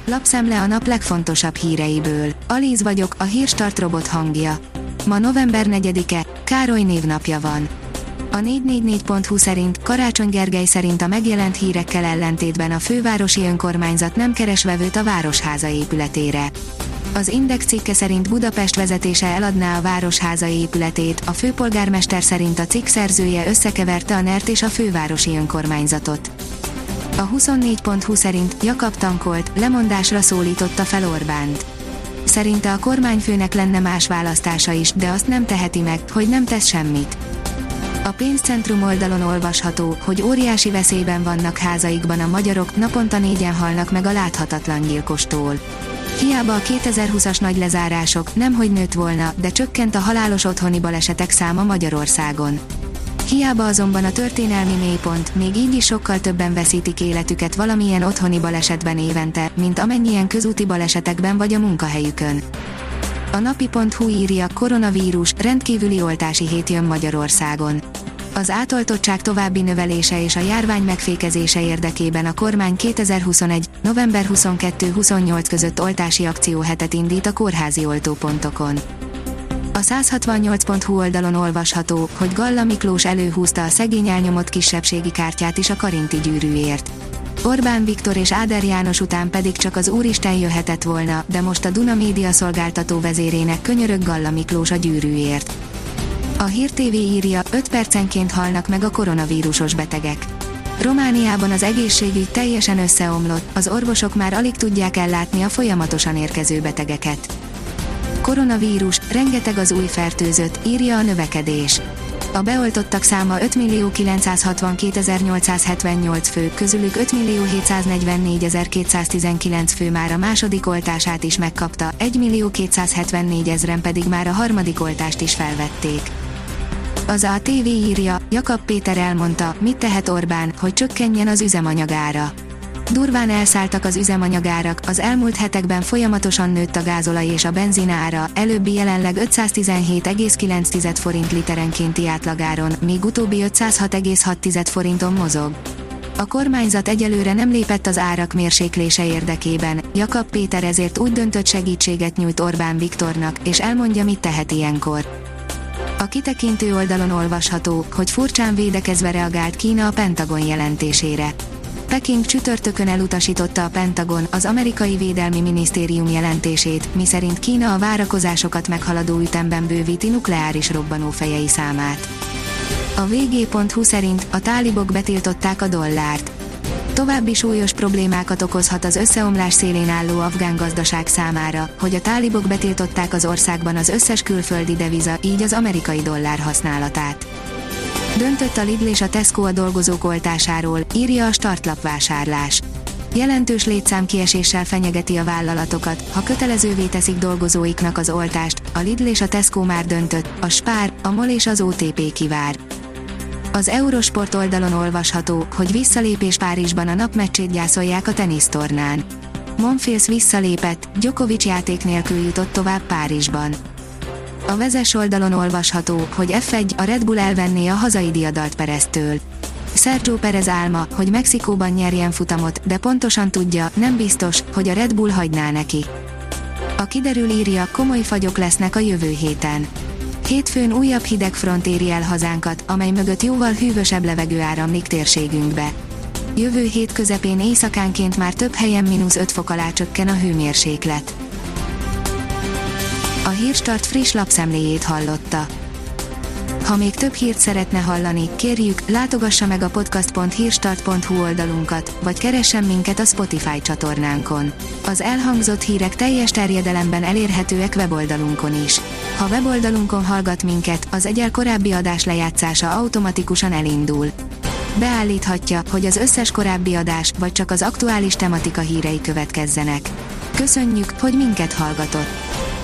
Lapszemle a nap legfontosabb híreiből. Alíz vagyok, a Hírstart robot hangja. Ma november 4-e, Károly névnapja van. A 444.hu szerint Karácsony Gergely szerint a megjelent hírekkel ellentétben a fővárosi önkormányzat nem keres vevőt a Városháza épületére. Az Index cikke szerint Budapest vezetése eladná a Városháza épületét, a főpolgármester szerint a cikk szerzője összekeverte a NER-t és a fővárosi önkormányzatot. A 24.hu szerint Jakab tankolt, lemondásra szólította fel Orbánt. Szerinte a kormányfőnek lenne más választása is, de azt nem teheti meg, hogy nem tesz semmit. A pénzcentrum oldalon olvasható, hogy óriási veszélyben vannak házaikban a magyarok, naponta 4-en halnak meg a láthatatlan gyilkostól. Hiába a 2020-as nagy lezárások, nemhogy nőtt volna, de csökkent a halálos otthoni balesetek száma Magyarországon. Hiába azonban a történelmi mélypont, még így is sokkal többen veszítik életüket valamilyen otthoni balesetben évente, mint amennyien közúti balesetekben vagy a munkahelyükön. A napi.hu írja, koronavírus, rendkívüli oltási hét jön Magyarországon. Az átoltottság további növelése és a járvány megfékezése érdekében a kormány 2021. november 22-28 között oltási akcióhetet indít a kórházi oltópontokon. A 168.hu oldalon olvasható, hogy Galla Miklós előhúzta a szegény elnyomott kisebbségi kártyát is a karinti gyűrűért. Orbán Viktor és Áder János után pedig csak az Úristen jöhetett volna, de most a Duna média szolgáltató vezérének könyörög Galla Miklós a gyűrűért. A Hír TV írja, 5 percenként halnak meg a koronavírusos betegek. Romániában az egészségügy teljesen összeomlott, az orvosok már alig tudják ellátni a folyamatosan érkező betegeket. Koronavírus, rengeteg az új fertőzött, írja a Növekedés. A beoltottak száma 5.962.878 fő, közülük 5.744.219 fő már a második oltását is megkapta, 1.274.000-en pedig már a harmadik oltást is felvették. Az ATV írja, Jakab Péter elmondta, mit tehet Orbán, hogy csökkenjen az üzemanyagára. Durván elszálltak az üzemanyagárak, az elmúlt hetekben folyamatosan nőtt a gázolaj és a benzin ára, előbbi jelenleg 517,9 forint literenkénti átlagáron, míg utóbbi 506,6 forinton mozog. A kormányzat egyelőre nem lépett az árak mérséklése érdekében, Jakab Péter ezért úgy döntött, segítséget nyújt Orbán Viktornak, és elmondja, mit tehet ilyenkor. A kitekintő oldalon olvasható, hogy furcsán védekezve reagált Kína a Pentagon jelentésére. Peking csütörtökön elutasította a Pentagon, az amerikai védelmi minisztérium jelentését, miszerint Kína a várakozásokat meghaladó ütemben bővíti nukleáris robbanófejei számát. A vg.hu szerint a tálibok betiltották a dollárt. További súlyos problémákat okozhat az összeomlás szélén álló afgán gazdaság számára, hogy a tálibok betiltották az országban az összes külföldi deviza, így az amerikai dollár használatát. Döntött a Lidl és a Tesco a dolgozók oltásáról, írja a Startlapvásárlás. Jelentős létszámkieséssel fenyegeti a vállalatokat, ha kötelezővé teszik dolgozóiknak az oltást, a Lidl és a Tesco már döntött, a Spar, a MOL és az OTP kivár. Az Eurosport oldalon olvasható, hogy visszalépés Párizsban, a napmeccsét gyászolják a tenisztornán. Monfils visszalépett, Djokovic játék nélkül jutott tovább Párizsban. A Vezes oldalon olvasható, hogy F1, a Red Bull elvenné a hazai diadalt Pereztől. Sergio Perez álma, hogy Mexikóban nyerjen futamot, de pontosan tudja, nem biztos, hogy a Red Bull hagyná neki. A Kiderül írja, komoly fagyok lesznek a jövő héten. Hétfőn újabb hideg front éri el hazánkat, amely mögött jóval hűvösebb levegő áramlik térségünkbe. Jövő hét közepén éjszakánként már több helyen -5 fok alá csökken a hőmérséklet. A Hírstart friss lapszemléjét hallotta. Ha még több hírt szeretne hallani, kérjük, látogassa meg a podcast.hírstart.hu oldalunkat, vagy keressen minket a Spotify csatornánkon. Az elhangzott hírek teljes terjedelemben elérhetőek weboldalunkon is. Ha weboldalunkon hallgat minket, az egyel korábbi adás lejátszása automatikusan elindul. Beállíthatja, hogy az összes korábbi adás, vagy csak az aktuális tematika hírei következzenek. Köszönjük, hogy minket hallgatott!